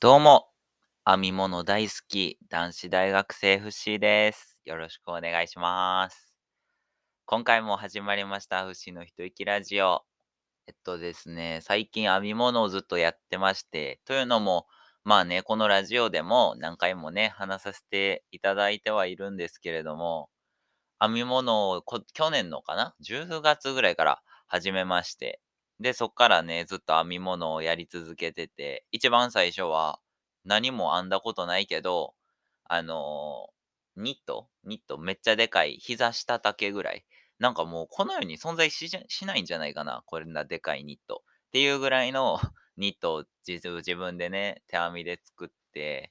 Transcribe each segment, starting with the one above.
どうも、編み物大好き、男子大学生フッシーです。よろしくお願いします。今回も始まりました、フッシーのひといきラジオ。ですね、最近編み物をずっとやってまして、というのも、まあね、このラジオでも何回もね、話させていただいてはいるんですけれども、編み物を去年のかな ?10 月ぐらいから始めまして。で、そっからね、ずっと編み物をやり続けてて、一番最初は何も編んだことないけど、あのニットめっちゃでかい膝下丈ぐらい。なんかもうこの世に存在しないんじゃないかな、こんなでかいニット。っていうぐらいのニットを自分でね、手編みで作って、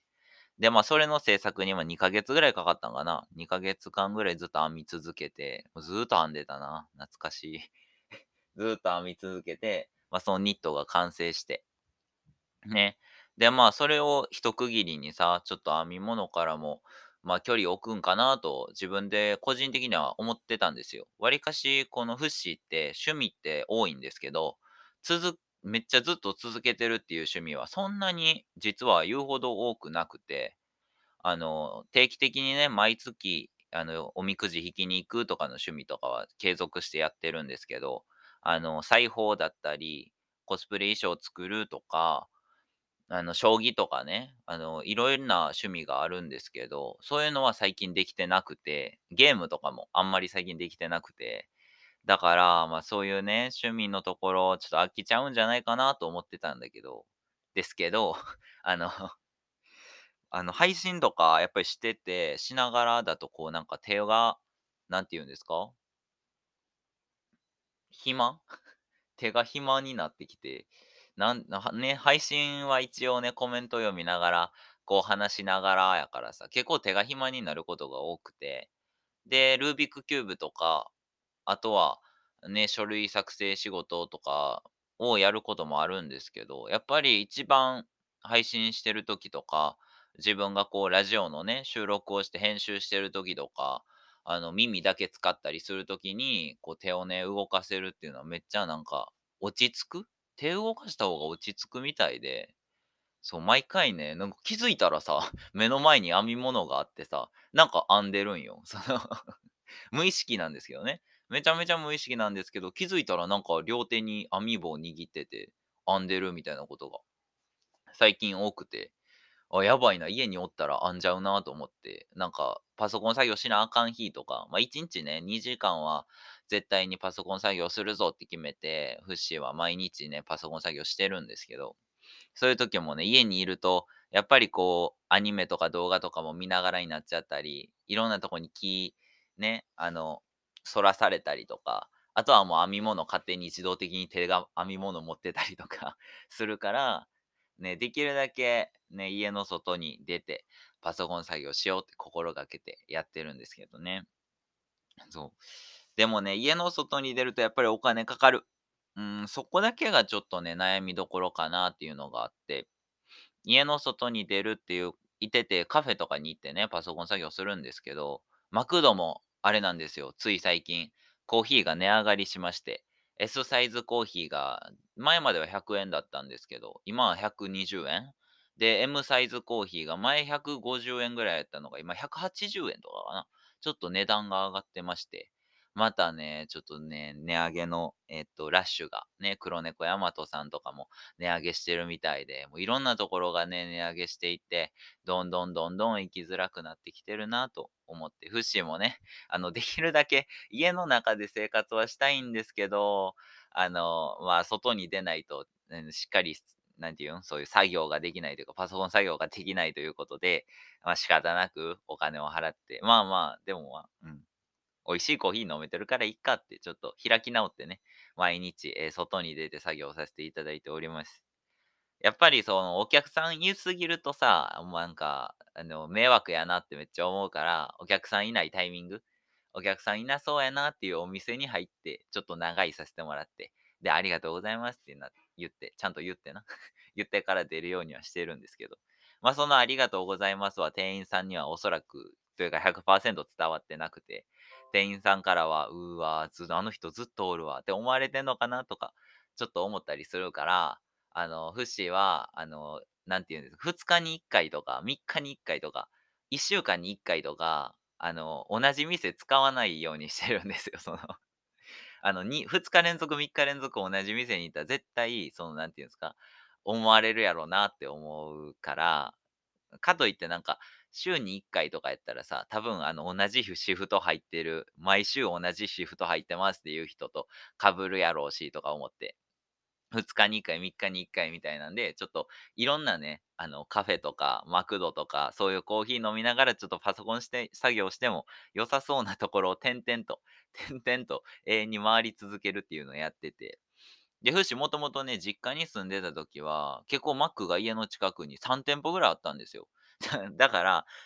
で、それの制作に2ヶ月ぐらいかかったんかな。2ヶ月間ぐらいずっと編み続けて、もうずーっと編んでたな。懐かしい。ずーっと編み続けて、そのニットが完成して。ね。で、それを一区切りにさ、ちょっと編み物からも、距離置くんかなと自分で個人的には思ってたんですよ。わりかし、このフッシーって趣味って多いんですけど、めっちゃずっと続けてるっていう趣味はそんなに実は言うほど多くなくて、定期的にね、毎月、おみくじ引きに行くとかの趣味とかは継続してやってるんですけど、裁縫だったり、コスプレ衣装を作るとか、将棋とかね、いろいろな趣味があるんですけど、そういうのは最近できてなくて、ゲームとかもあんまり最近できてなくて、だから、そういうね、趣味のところ、ちょっと飽きちゃうんじゃないかなと思ってたんだけど、ですけど、あの、配信とかやっぱりしてて、しながらだとこうなんか手が、なんて言うんですか、暇手が暇になってきて、配信は一応ね、コメント読みながら、こう話しながらやからさ、結構手が暇になることが多くて、で、ルービックキューブとか、あとはね、書類作成仕事とかをやることもあるんですけど、やっぱり一番配信してる時とか、自分がこうラジオのね、収録をして編集してる時とか、耳だけ使ったりする時に、こう手をね、動かせるっていうのはめっちゃなんか落ち着く手動かした方が落ち着くみたいで、そう、毎回ね、なんか気づいたらさ、目の前に編み物があってさ、なんか編んでるんよ。無意識なんですけどね。めちゃめちゃ無意識なんですけど、気づいたらなんか両手に編み棒握ってて、編んでるみたいなことが最近多くて、あ、やばいな、家におったら編んじゃうなと思って、なんかパソコン作業しなあかん日とか、1日ね、2時間は絶対にパソコン作業するぞって決めて、フッシーは毎日ね、パソコン作業してるんですけど、そういう時もね、家にいると、やっぱりこう、アニメとか動画とかも見ながらになっちゃったり、いろんなとこにね、反らされたりとか、あとはもう編み物勝手に自動的に手が編み物持ってたりとかするから、ね、できるだけね、家の外に出て、パソコン作業しようって心がけてやってるんですけどね。そう。でもね、家の外に出るとやっぱりお金かかる。そこだけがちょっとね、悩みどころかなっていうのがあって、家の外に出るっていう、いてて、カフェとかに行ってね、パソコン作業するんですけど、マクドもあれなんですよ、つい最近、コーヒーが値上がりしまして、S サイズコーヒーが、前までは100円だったんですけど、今は120円で、M サイズコーヒーが前150円ぐらいやったのが、今180円とかかな。ちょっと値段が上がってまして、またね、ちょっとね、値上げの、ラッシュが、ね、黒猫ヤマトさんとかも値上げしてるみたいで、もういろんなところがね、値上げしていって、どんどんどんどん生きづらくなってきてるなと思って、フッシーもね、できるだけ家の中で生活はしたいんですけど、外に出ないと、しっかり、なんていうの、そういう作業ができないというか、パソコン作業ができないということで、仕方なくお金を払って、でも美味しいコーヒー飲めてるからいっかって、ちょっと開き直ってね、毎日、外に出て作業させていただいております。やっぱりそのお客さんいすぎるとさ、もうなんか、迷惑やなってめっちゃ思うから、お客さんいないタイミング、お客さんいなそうやなっていうお店に入って、ちょっと長居させてもらって、で、ありがとうございますって言って、ちゃんと言ってな。言ってから出るようにはしてるんですけど。そのありがとうございますは店員さんにはおそらく、というか100%伝わってなくて、店員さんからは、あの人ずっとおるわって思われてんのかなとか、ちょっと思ったりするから、 フッシーは、なんていうんですか、2日に1回とか、3日に1回とか、1週間に1回とか、同じ店使わないようにしてるんですよ。2日連続、3日連続同じ店に行ったら絶対、なんていうんですか、思われるやろうなって思うから、かといってなんか、週に1回とかやったらさ、多分同じシフト入ってる、毎週同じシフト入ってますっていう人と被るやろうしとか思って。2日に1回、3日に1回みたいなんで、ちょっといろんなね、カフェとかマクドとか、そういうコーヒー飲みながらちょっとパソコンして作業しても良さそうなところを点々と、点々と永遠に回り続けるっていうのをやってて。で、フシもともとね、実家に住んでた時は、結構マックが家の近くに3店舗ぐらいあったんですよ。だから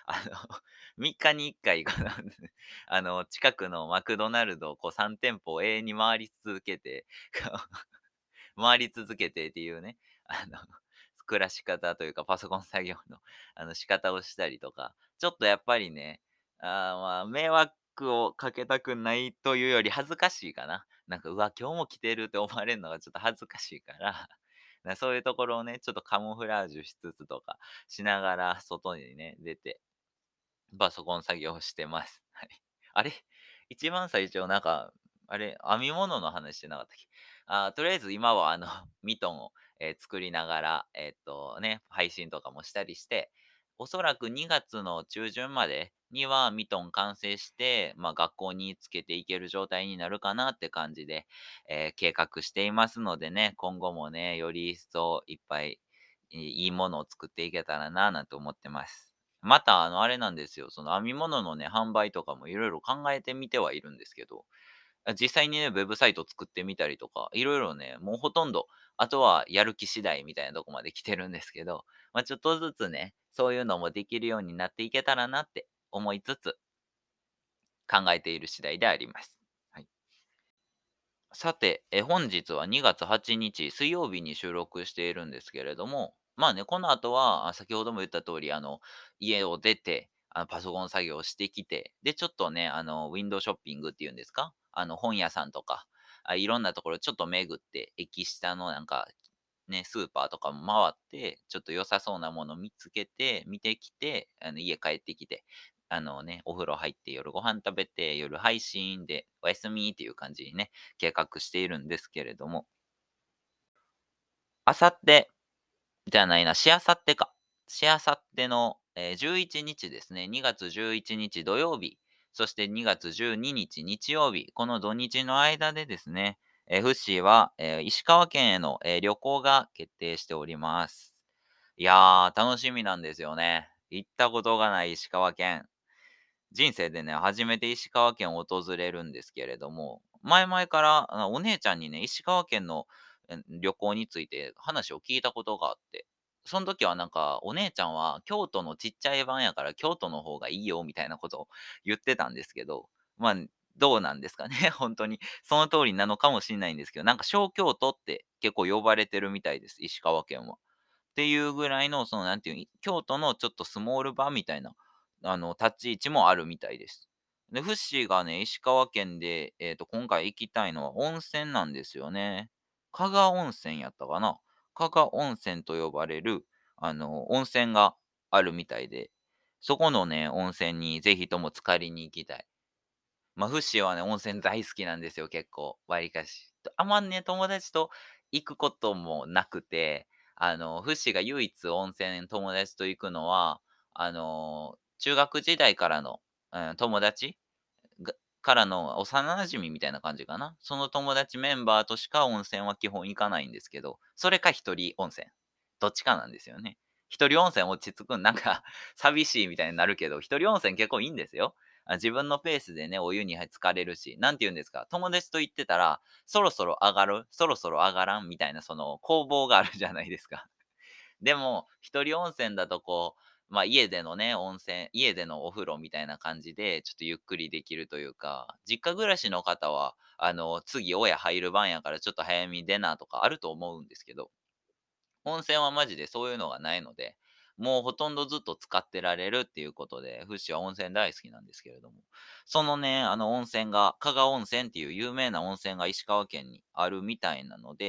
、3日に1回かな、近くのマクドナルドをこう3店舗を永遠に回り続けて、回り続けてっていうね、あの、暮らし方というか、パソコン作業の、仕方をしたりとか、ちょっとやっぱりね、迷惑をかけたくないというより恥ずかしいかな。なんか、うわ、今日も来てるって思われるのがちょっと恥ずかしいから、そういうところをね、ちょっとカモフラージュしつつとかしながら、外にね、出て、パソコン作業をしてます。はい。あれ一番最初、なんか、あれ、編み物の話してなかったっけ。とりあえず今はミトンを、作りながら、配信とかもしたりして、おそらく2月の中旬までにはミトン完成して、まあ、学校につけていける状態になるかなって感じで、計画していますのでね、今後もね、より一層いっぱいいいものを作っていけたらな、なんて思ってます。また、あれなんですよ。その編み物のね、販売とかもいろいろ考えてみてはいるんですけど、実際にね、ウェブサイト作ってみたりとか、いろいろね、もうほとんど、あとはやる気次第みたいなとこまで来てるんですけど、まあ、ちょっとずつね、そういうのもできるようになっていけたらなって思いつつ、考えている次第であります。はい。さて、本日は2月8日水曜日に収録しているんですけれども、まあね、この後は、先ほども言った通り、家を出て、パソコン作業をしてきて、で、ちょっとね、ウィンドウショッピングっていうんですか、本屋さんとか、いろんなところちょっと巡って、駅下のなんか、ね、スーパーとかも回って、ちょっと良さそうなもの見つけて、見てきて、家帰ってきて、お風呂入って夜ご飯食べて、夜配信でおやすみっていう感じにね、計画しているんですけれども、あさってじゃないな、しあさってか。しあさっての、11日ですね、2月11日土曜日、そして2月12日日曜日、この土日の間でですね、フッシーは、石川県への、旅行が決定しております。いやー、楽しみなんですよね。行ったことがない石川県。人生でね、初めて石川県を訪れるんですけれども、前々から、お姉ちゃんにね、石川県の旅行について話を聞いたことがあって、その時はなんか、お姉ちゃんは京都のちっちゃい版やから京都の方がいいよみたいなことを言ってたんですけど、まあ、どうなんですかね、本当に。その通りなのかもしれないんですけど、なんか小京都って結構呼ばれてるみたいです、石川県は。っていうぐらいの、なんていう、京都のちょっとスモール版みたいな、立ち位置もあるみたいです。で、フッシーがね、石川県で、今回行きたいのは温泉なんですよね。加賀温泉やったかな。加賀温泉と呼ばれる、温泉があるみたいで、そこのね、温泉にぜひとも浸かりに行きたい。まあ、フッシーはね、温泉大好きなんですよ、結構、わりかし。あんまね、友達と行くこともなくて、フッシーが唯一温泉友達と行くのは、中学時代からの、友達がからの幼馴染みたいな感じかな。その友達メンバーとしか温泉は基本行かないんですけど、それか一人温泉。どっちかなんですよね。一人温泉落ち着くん、なんか寂しいみたいになるけど、一人温泉結構いいんですよ。自分のペースでね、お湯に浸かれるし、なんて言うんですか、友達と行ってたら、そろそろ上がる、そろそろ上がらんみたいな、その攻防があるじゃないですか。でも、一人温泉だとこう、まあ、家でのね、温泉、家でのお風呂みたいな感じで、ちょっとゆっくりできるというか、実家暮らしの方は、次親入る番やからちょっと早めに出なとかあると思うんですけど、温泉はマジでそういうのがないので、もうほとんどずっと使ってられるっていうことで、フッシュは温泉大好きなんですけれども、そのね、温泉が、加賀温泉っていう有名な温泉が石川県にあるみたいなので、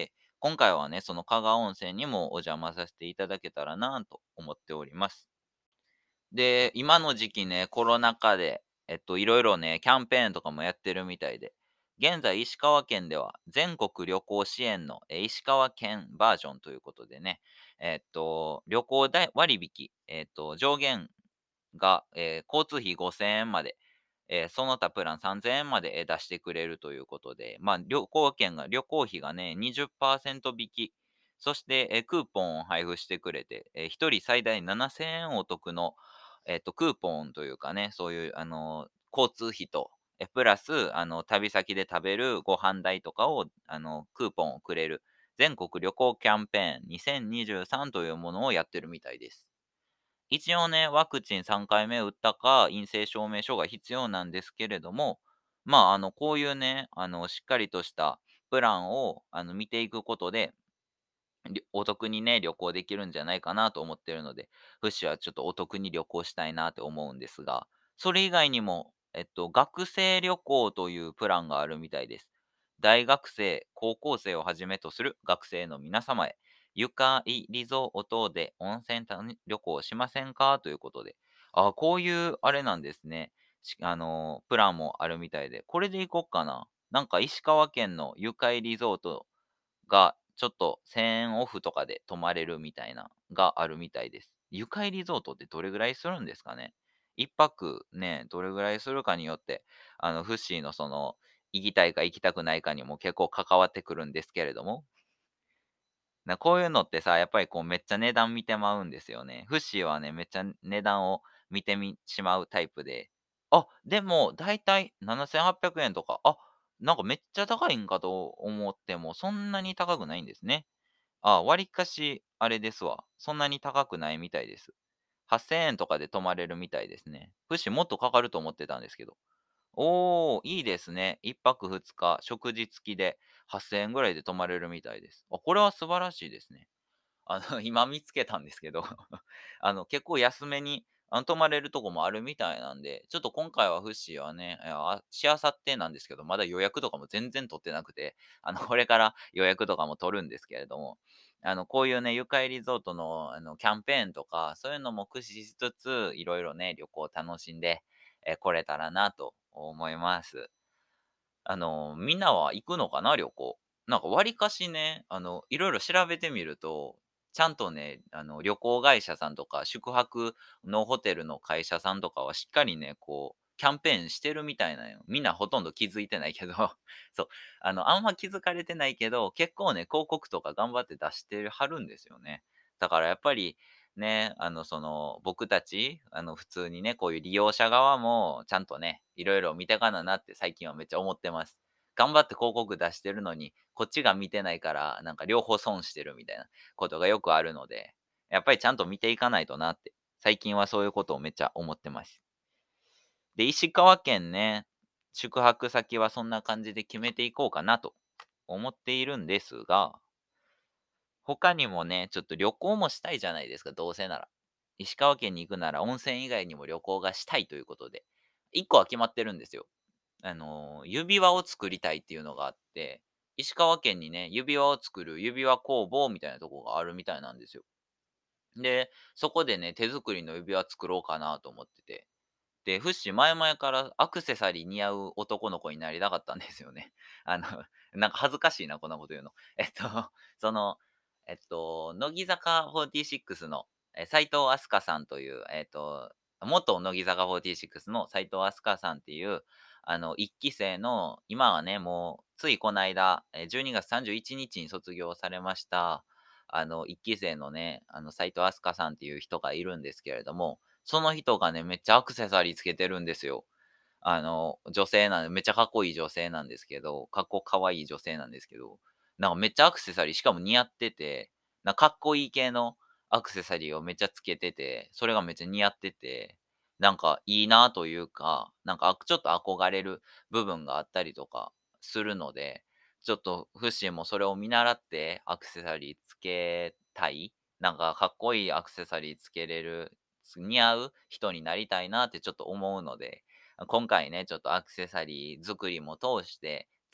今回はね、その香川温泉にもお邪魔させていただけたらなと思っております。で、今の時期ね、コロナ禍で、いろいろね、キャンペーンとかもやってるみたいで、現在石川県では全国旅行支援の石川県バージョンということでね、旅行代割引、上限が、交通費5000円まで、その他プラン3000円まで、出してくれるということで、まあ、旅行費がね、20%引き、そして、クーポンを配布してくれて、1人最大7000円お得の、クーポンというかね、そういう、交通費と、プラス、旅先で食べるご飯代とかを、クーポンをくれる、全国旅行キャンペーン2023というものをやってるみたいです。一応ね、ワクチン3回目打ったか、陰性証明書が必要なんですけれども、まあ、こういうね、しっかりとしたプランを、見ていくことで、お得にね、旅行できるんじゃないかなと思ってるので、フッシュはちょっとお得に旅行したいなって思うんですが、それ以外にも、学生旅行というプランがあるみたいです。大学生、高校生をはじめとする学生の皆様へ、ゆかいリゾートで温泉旅行しませんかということで、あ、こういうあれなんですね。プランもあるみたいで、これで行こっかな。なんか石川県のゆかいリゾートが、ちょっと1000円オフとかで泊まれるみたいな、があるみたいです。ゆかいリゾートってどれぐらいするんですかね？1泊ね、どれぐらいするかによって、フッシーのその、行きたいか行きたくないかにも結構関わってくるんですけれども、こういうのってさ、やっぱりこうめっちゃ値段見てまうんですよね。フッシーはね、めっちゃ値段を見てみしまうタイプで、あ、でもだいたい7800円とか、あ、なんかめっちゃ高いんかと思っても、そんなに高くないんですね。あ、割かし、あれですわ。そんなに高くないみたいです。8000円とかで泊まれるみたいですね。フッシーもっとかかると思ってたんですけど。おー、いいですね。1泊2日、食事付きで8000円ぐらいで泊まれるみたいです。あ、これは素晴らしいですね。今見つけたんですけど結構安めに、泊まれるとこもあるみたいなんで、ちょっと今回はフッシーはね、しあさってなんですけど、まだ予約とかも全然取ってなくて、これから予約とかも取るんですけれども、こういうね、ゆかいリゾートの、キャンペーンとか、そういうのも駆使しつつ、いろいろね、旅行を楽しんで、来れたらなと思います。みんなは行くのかな、旅行。なんか割かしね、いろいろ調べてみると、ちゃんとね、旅行会社さんとか、宿泊のホテルの会社さんとかはしっかりね、こう、キャンペーンしてるみたいなんよ。みんなほとんど気づいてないけど、そう、あんま気づかれてないけど、結構ね、広告とか頑張って出してはるんですよね。だからやっぱり、ね、僕たち、普通にね、こういう利用者側も、ちゃんとね、いろいろ見てかななって最近はめっちゃ思ってます。頑張って広告出してるのに、こっちが見てないから、なんか両方損してるみたいなことがよくあるので、やっぱりちゃんと見ていかないとなって、最近はそういうことをめっちゃ思ってます。で、石川県ね、宿泊先はそんな感じで決めていこうかなと思っているんですが、他にもね、ちょっと旅行もしたいじゃないですか、どうせなら。石川県に行くなら温泉以外にも旅行がしたいということで、1個は決まってるんですよ。指輪を作りたいっていうのがあって、石川県にね、指輪を作る指輪工房みたいなとこがあるみたいなんですよ。で、そこでね、手作りの指輪作ろうかなと思ってて。で、フッシー前々からアクセサリー似合う男の子になりたかったんですよね。あの、なんか恥ずかしいな、こんなこと言うの。その、乃木坂46の、斉藤飛鳥さんという、元乃木坂46の斉藤飛鳥さんっていう、1期生の、今はね、もう、ついこの間、12月31日にちに卒業されました、1期生のね、斉藤飛鳥さんっていう人がいるんですけれども、その人がね、めっちゃアクセサリーつけてるんですよ。女性なんで、めっちゃかっこいい女性なんですけど、かわいい女性なんですけど、なんかめっちゃアクセサリー、しかも似合ってて、かっこいい系のアクセサリーをめっちゃつけてて、それがめっちゃ似合ってて、なんかいいなというか、なんかちょっと憧れる部分があったりとかするので、ちょっとフッシーもそれを見習ってアクセサリーつけたい、なんかかっこいいアクセサリーつけれる、似合う人になりたいなってちょっと思うので、今回ね、ちょっとアクセサリー作りも通して、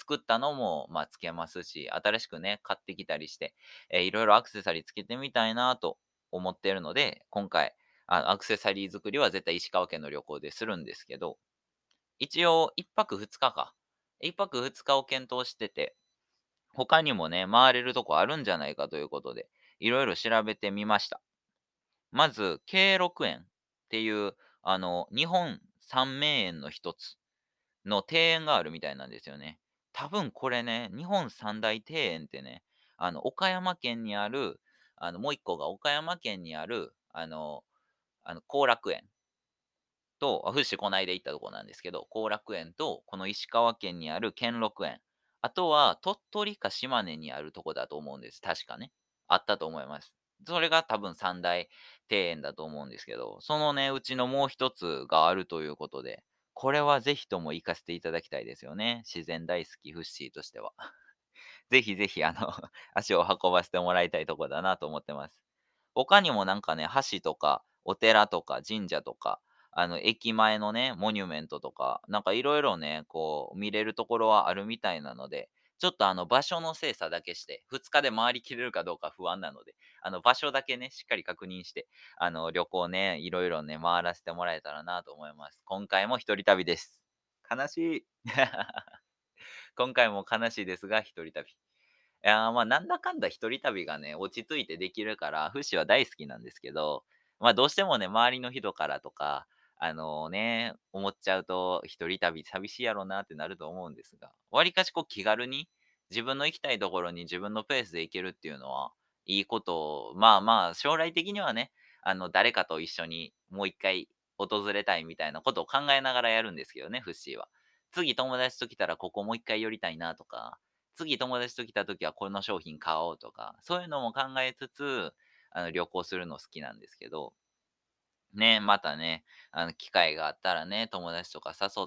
作ったのも、まあ、つけますし、新しくね、買ってきたりして、いろいろアクセサリーつけてみたいなと思っているので、今回、アクセサリー作りは絶対石川県の旅行でするんですけど、一応1泊2日か。1泊2日を検討してて、他にもね、回れるとこあるんじゃないかということで、いろいろ調べてみました。まず、兼六園っていう、日本三名園の一つの庭園があるみたいなんですよね。多分これね、日本三大庭園ってね、岡山県にある、もう一個が岡山県にある、後楽園と、富士こないで行ったとこなんですけど、後楽園と、この石川県にある兼六園。あとは、鳥取か島根にあるとこだと思うんです。確かね。あったと思います。それが多分三大庭園だと思うんですけど、そのね、うちのもう一つがあるということで、これはぜひとも行かせていただきたいですよね。自然大好きフッシーとしては。ぜひぜひ、足を運ばせてもらいたいとこだなと思ってます。他にもなんかね、橋とか、お寺とか神社とか、駅前のね、モニュメントとか、なんかいろいろね、こう、見れるところはあるみたいなので、ちょっと場所の精査だけして、2日で回りきれるかどうか不安なので、場所だけね、しっかり確認して、旅行ね、いろいろね、回らせてもらえたらなと思います。今回も一人旅です。悲しい。今回も悲しいですが、一人旅。まあ、なんだかんだ一人旅がね、落ち着いてできるから、フシは大好きなんですけど、まあ、どうしてもね、周りの人からとか、思っちゃうと、一人旅寂しいやろなってなると思うんですが、わりかしこう気軽に、自分の行きたいところに自分のペースで行けるっていうのは、いいことを、まあまあ、将来的にはね、誰かと一緒にもう一回訪れたいみたいなことを考えながらやるんですけどね、フッシーは。次友達と来たらここもう一回寄りたいなとか、次友達と来た時はこの商品買おうとか、そういうのも考えつつ、旅行するの好きなんですけど、ね、またね、機会があったらね、友達とか誘って、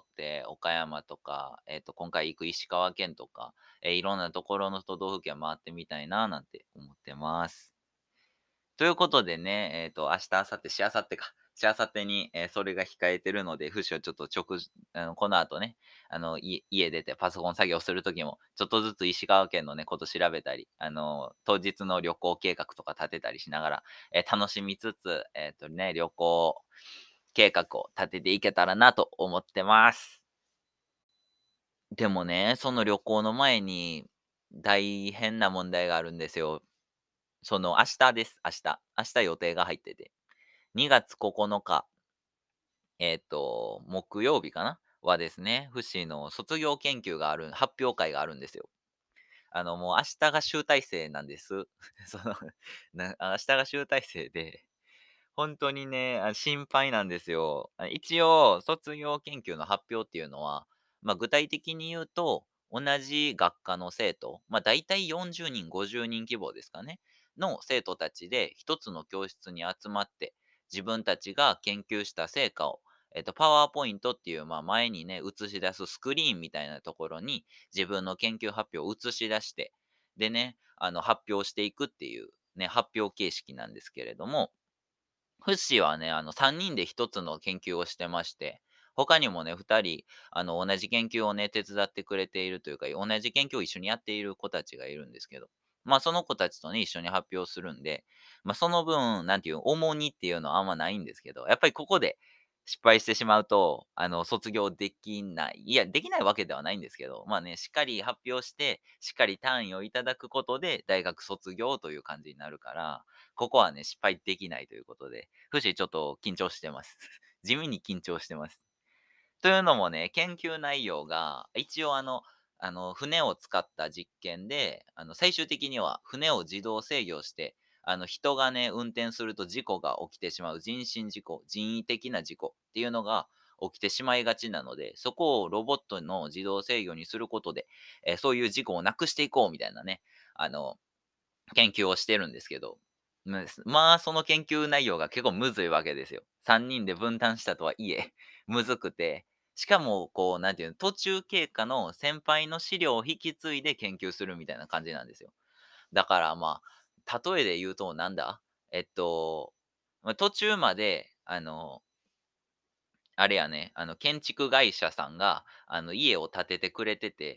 岡山とか、今回行く石川県とか、いろんなところの都道府県回ってみたいななんて思ってます。ということでね、明日、明後日、しあさってか。しあさってに、それが控えてるので、フシはちょっとこの後ね、家出てパソコン作業するときも、ちょっとずつ石川県のね、こと調べたり、当日の旅行計画とか立てたりしながら、楽しみつつ、旅行計画を立てていけたらなと思ってます。でもね、その旅行の前に、大変な問題があるんですよ。明日です、明日。明日予定が入ってて。2月9日、木曜日かなはですね、フッシーの卒業研究がある、発表会があるんですよ。もう明日が集大成なんです。明日が集大成で、本当にね、心配なんですよ。一応、卒業研究の発表っていうのは、まあ、具体的に言うと、同じ学科の生徒、まあ、大体40人、50人規模ですかね、の生徒たちで一つの教室に集まって、自分たちが研究した成果を、パワーポイントっていう、まあ、前にね、映し出すスクリーンみたいなところに、自分の研究発表を映し出して、でね、発表していくっていう、ね、発表形式なんですけれども、フッシーはね、3人で1つの研究をしてまして、他にもね、2人、同じ研究をね、手伝ってくれているというか、同じ研究を一緒にやっている子たちがいるんですけど、まあ、その子たちとね、一緒に発表するんで、まあ、その分、なんていう、重荷っていうのはあんまないんですけど、やっぱりここで失敗してしまうと、卒業できない。いや、できないわけではないんですけど、まあね、しっかり発表して、しっかり単位をいただくことで、大学卒業という感じになるから、ここはね、失敗できないということで、フシちょっと緊張してます。地味に緊張してます。というのもね、研究内容が、一応船を使った実験で、最終的には船を自動制御して、人がね、運転すると事故が起きてしまう人身事故、人為的な事故っていうのが起きてしまいがちなので、そこをロボットの自動制御にすることで、そういう事故をなくしていこうみたいなね、あの、研究をしてるんですけど、まあ、その研究内容が結構むずいわけですよ。3人で分担したとはいえ、むずくて、しかも、こう、なんていうの、途中経過の先輩の資料を引き継いで研究するみたいな感じなんですよ。だからまあ、例えで言うとなんだ途中まで、あれやね、建築会社さんが、家を建ててくれてて、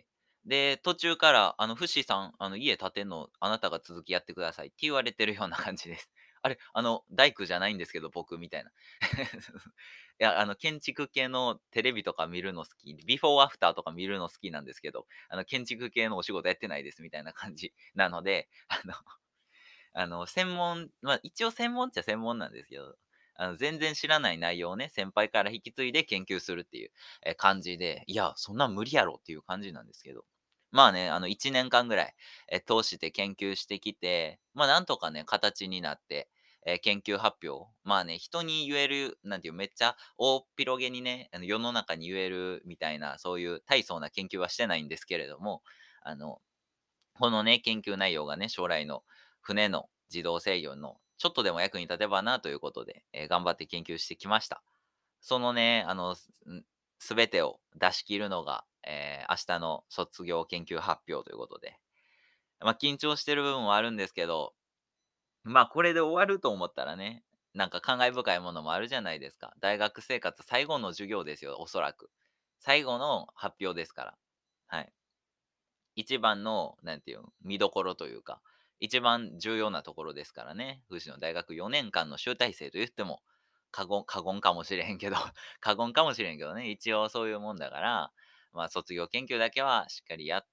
で、途中から、フッシーさん、家建てんの、あなたが続きやってくださいって言われてるような感じです。あれ、大工じゃないんですけど、僕みたいな。いや、建築系のテレビとか見るの好き、ビフォーアフターとか見るの好きなんですけど、建築系のお仕事やってないですみたいな感じなので、専門、まあ、一応専門っちゃ専門なんですけど、全然知らない内容をね、先輩から引き継いで研究するっていう、感じで、いや、そんなん無理やろっていう感じなんですけど。まあね、1年間ぐらい、通して研究してきて、まあ、なんとかね、形になって、研究発表、まあね、人に言える、なんていう、めっちゃ大っ広げにね、世の中に言えるみたいな、そういう大層な研究はしてないんですけれども、あの、このね、研究内容がね、将来の船の自動制御のちょっとでも役に立てばなということで、頑張って研究してきました。そのね、すべてを出し切るのが、明日の卒業研究発表ということで、まあ、緊張してる部分はあるんですけど、まあ、これで終わると思ったらね、なんか感慨深いものもあるじゃないですか。大学生活最後の授業ですよ、おそらく。最後の発表ですから。はい。一番の、なんていうの、見どころというか、一番重要なところですからね。福祉の大学4年間の集大成と言っても、過言かもしれへんけど、過言かもしれんけどね、一応そういうもんだから、まあ卒業研究だけはしっかりやって、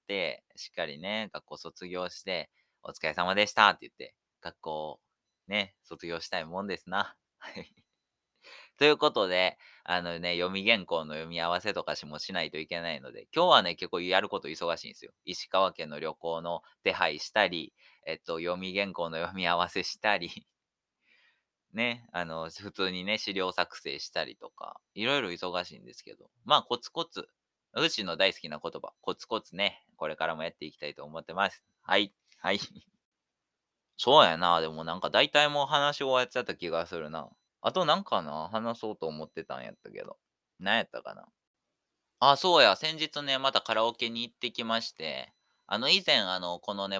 しっかりね、学校卒業して、お疲れ様でしたって言って、学校ね、卒業したいもんですな。はい。ということで、読み原稿の読み合わせとかもしないといけないので、今日はね、結構やること忙しいんですよ。石川県の旅行の手配したり、読み原稿の読み合わせしたり、ね、普通にね、資料作成したりとか、いろいろ忙しいんですけど、まあ、コツコツ、うちの大好きな言葉、コツコツね、これからもやっていきたいと思ってます。はい。はい。そうやな。でもなんか大体もう話終わっちゃった気がするな。あとなんかな、話そうと思ってたんやったけど。何やったかな。あ、そうや、先日ね、またカラオケに行ってきまして、以前このね、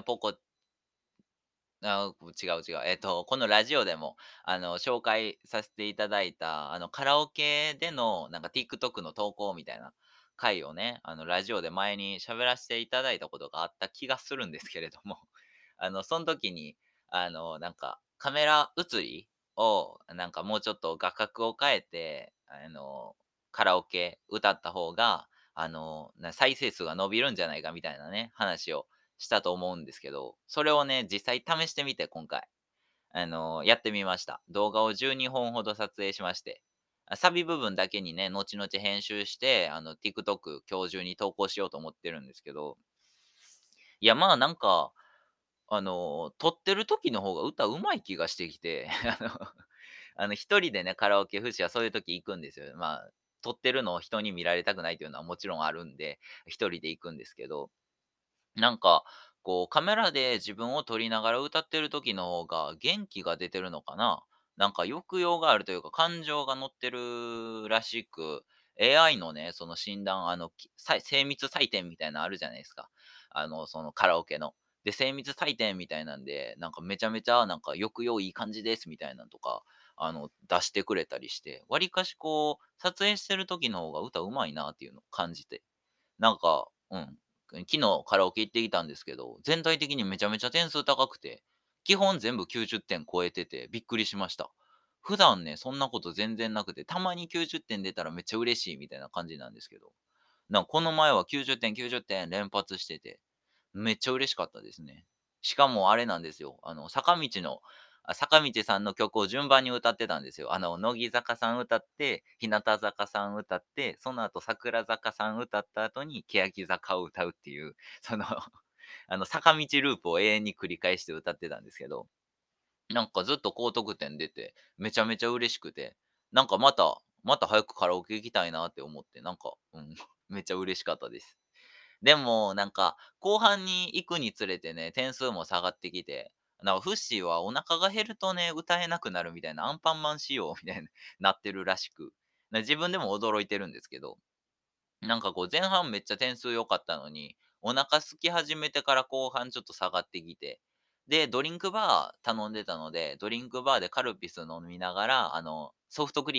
違う違う。このラジオでも、紹介させていただいた、カラオケでの、なんか TikTok の投稿みたいな回をね、ラジオで前に喋らせていただいたことがあった気がするんですけれども、その時に、なんか、カメラ映りを、なんかもうちょっと画角を変えて、カラオケ歌った方が、再生数が伸びるんじゃないかみたいなね、話をしたと思うんですけど、それをね、実際試してみて今回、やってみました。動画を12本ほど撮影しまして、サビ部分だけにね、後々編集して、TikTok 今日中に投稿しようと思ってるんですけど、いや、まあなんか、撮ってる時の方が歌上手い気がしてきて、一人でね、カラオケ、フシはそういう時行くんですよ。まあ、撮ってるのを人に見られたくないというのはもちろんあるんで、一人で行くんですけど、なんか、こう、カメラで自分を撮りながら歌ってる時の方が元気が出てるのかな。なんか抑揚があるというか、感情が乗ってるらしく、AI のね、その診断、精密採点みたいなのあるじゃないですか。そのカラオケの。で、精密採点みたいなんで、なんかめちゃめちゃ、なんか抑揚いい感じですみたいなのとか、出してくれたりして、わりかしこう、撮影してる時の方が歌うまいなっていうのを感じて。なんか、昨日カラオケ行ってきたんですけど、全体的にめちゃめちゃ点数高くて、基本全部90点超えててびっくりしました。普段ね、そんなこと全然なくて、たまに90点出たらめっちゃ嬉しいみたいな感じなんですけど、なんかこの前は90点、90点連発してて、めっちゃ嬉しかったですね。しかもあれなんですよ。坂道さんの曲を順番に歌ってたんですよ。乃木坂さん歌って、日向坂さん歌って、その後桜坂さん歌った後に欅坂を歌うっていう、その坂道ループを永遠に繰り返して歌ってたんですけど、なんかずっと高得点出て、めちゃめちゃ嬉しくて、なんかまた早くカラオケ行きたいなって思って、なんか、めっちゃ嬉しかったです。でも、なんか、後半に行くにつれてね、点数も下がってきて、なんかフッシーはお腹が減るとね、歌えなくなるみたいなアンパンマン仕様みたいになってるらしく、自分でも驚いてるんですけど、なんかこう前半めっちゃ点数良かったのに、お腹空き始めてから後半ちょっと下がってきて、で、ドリンクバー頼んでたので、ドリンクバーでカルピス飲みながら、ソフトクリーム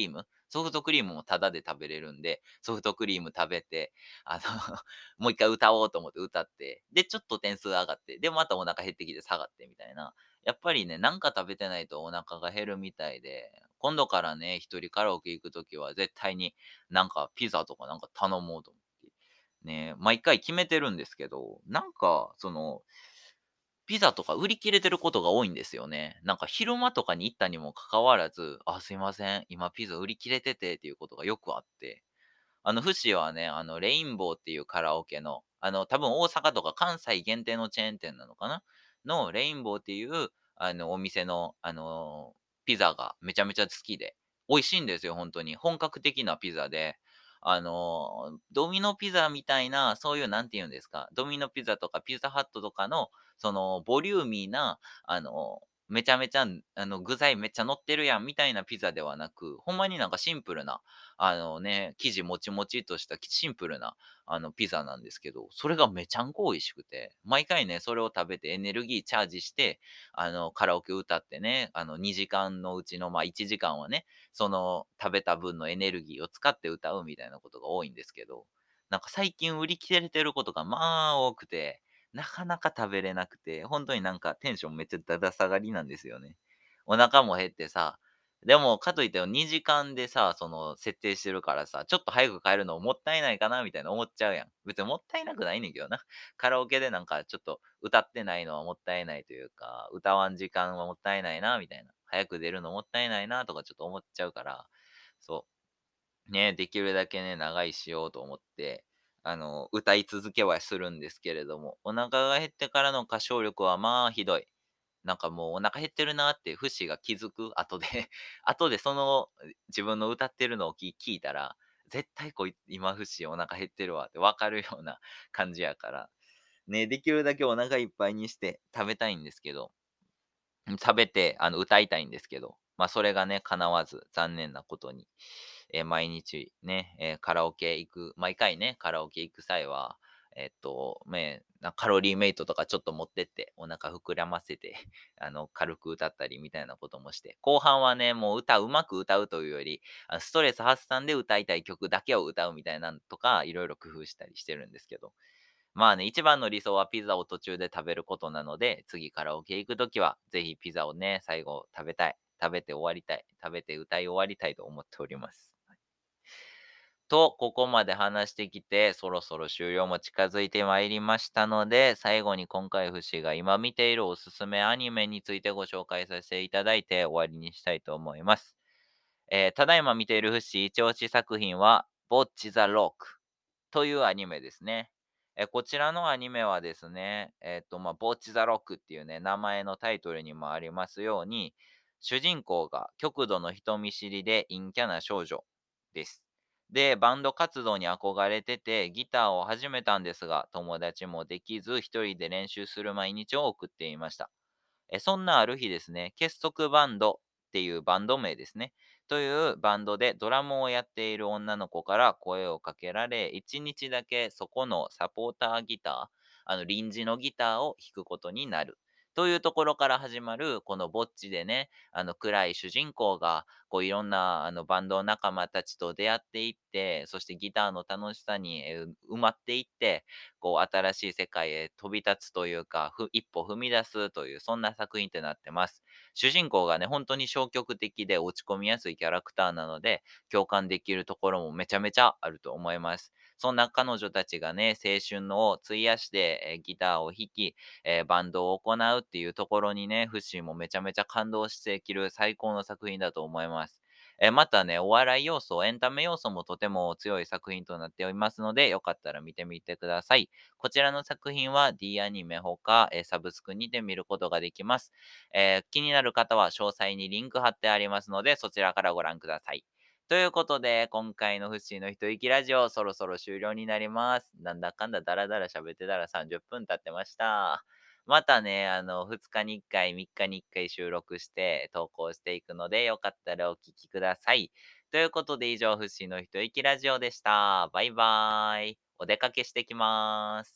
ソフトクリームもタダで食べれるんで、ソフトクリーム食べて、あのもう一回歌おうと思って歌って、で、ちょっと点数上がって、で、またお腹減ってきて下がってみたいな。やっぱりね、なんか食べてないとお腹が減るみたいで、今度からね、一人カラオケ行くときは絶対になんかピザとかなんか頼もうと思って。ね、毎回決めてるんですけど、なんか、ピザとか売り切れてることが多いんですよね。なんか昼間とかに行ったにもかかわらず、あ、すいません、今ピザ売り切れててっていうことがよくあって、フシはね、レインボーっていうカラオケの、多分大阪とか関西限定のチェーン店なのかなの、レインボーっていう、お店の、ピザがめちゃめちゃ好きで、美味しいんですよ、本当に。本格的なピザで、ドミノピザみたいな、そういうなんて言うんですか、ドミノピザとかピザハットとかの、ボリューミーな、めちゃめちゃ、具材めっちゃ乗ってるやんみたいなピザではなく、ほんまになんかシンプルな、生地もちもちっとしたシンプルな、ピザなんですけど、それがめちゃんこ美味しくて、毎回ね、それを食べてエネルギーチャージして、カラオケ歌ってね、2時間のうちの、まあ、1時間はね、その食べた分のエネルギーを使って歌うみたいなことが多いんですけど、なんか最近売り切れてることがまあ多くて、なかなか食べれなくて、本当になんかテンションめっちゃだだ下がりなんですよね。お腹も減ってさ、でもかといって2時間でさ、設定してるからさ、ちょっと早く帰るのもったいないかなみたいな思っちゃうやん。別にもったいなくないねんけどな。カラオケでなんかちょっと歌ってないのはもったいないというか、歌わん時間はもったいないなみたいな。早く出るのもったいないなとかちょっと思っちゃうから、そう。ね、できるだけね、長居しようと思って、歌い続けはするんですけれども、お腹が減ってからの歌唱力はまあひどい。なんかもうお腹減ってるなってフシが気づく後で後で自分の歌ってるのを聞いたら、絶対今フシお腹減ってるわってわかるような感じやから、ね、できるだけお腹いっぱいにして食べたいんですけど、食べて、歌いたいんですけど、ま、それがね、叶わず、残念なことに、毎日ね、カラオケ行く毎回ね、カラオケ行く際は、カロリーメイトとかちょっと持ってって、お腹膨らませて、軽く歌ったりみたいなこともして、後半はね、もううまく歌うというより、ストレス発散で歌いたい曲だけを歌うみたいなんとか、いろいろ工夫したりしてるんですけど、まあね、一番の理想はピザを途中で食べることなので、次カラオケ行くときは、ぜひピザをね、最後食べたい。食べて終わりたい。食べて歌い終わりたいと思っております。と、ここまで話してきて、そろそろ終了も近づいてまいりましたので、最後に今回フシが今見ているおすすめアニメについてご紹介させていただいて終わりにしたいと思います。ただいま見ているフシ一押し作品は、ボッチ・ザ・ロックというアニメですね。こちらのアニメはですね、ボッチ・ザ・ロックっていうね、名前のタイトルにもありますように、主人公が極度の人見知りで陰キャな少女です。で、バンド活動に憧れてて、ギターを始めたんですが、友達もできず、一人で練習する毎日を送っていました。そんなある日ですね、結束バンドっていうバンド名ですね。というバンドでドラムをやっている女の子から声をかけられ、一日だけそこのサポーターギター、臨時のギターを弾くことになる。というところから始まる、このぼっちでね、暗い主人公が、いろんなバンド仲間たちと出会っていって、そしてギターの楽しさに埋まっていって、新しい世界へ飛び立つというか、一歩踏み出すという、そんな作品ってなってます。主人公がね、本当に消極的で落ち込みやすいキャラクターなので、共感できるところもめちゃめちゃあると思います。そんな彼女たちがね、青春のを費やして、ギターを弾き、バンドを行うっていうところにね、フッシーもめちゃめちゃ感動してきる最高の作品だと思います。またね、お笑い要素、エンタメ要素もとても強い作品となっておりますので、よかったら見てみてください。こちらの作品は D アニメほか、サブスクにて見ることができます。気になる方は詳細にリンク貼ってありますので、そちらからご覧ください。ということで、今回のフッシーの一息ラジオ、そろそろ終了になります。なんだかんだダラダラ喋ってたら30分経ってました。またね、2日に1回、3日に1回収録して投稿していくので、よかったらお聞きください。ということで以上、フッシーの一息ラジオでした。バイバーイ。お出かけしてきます。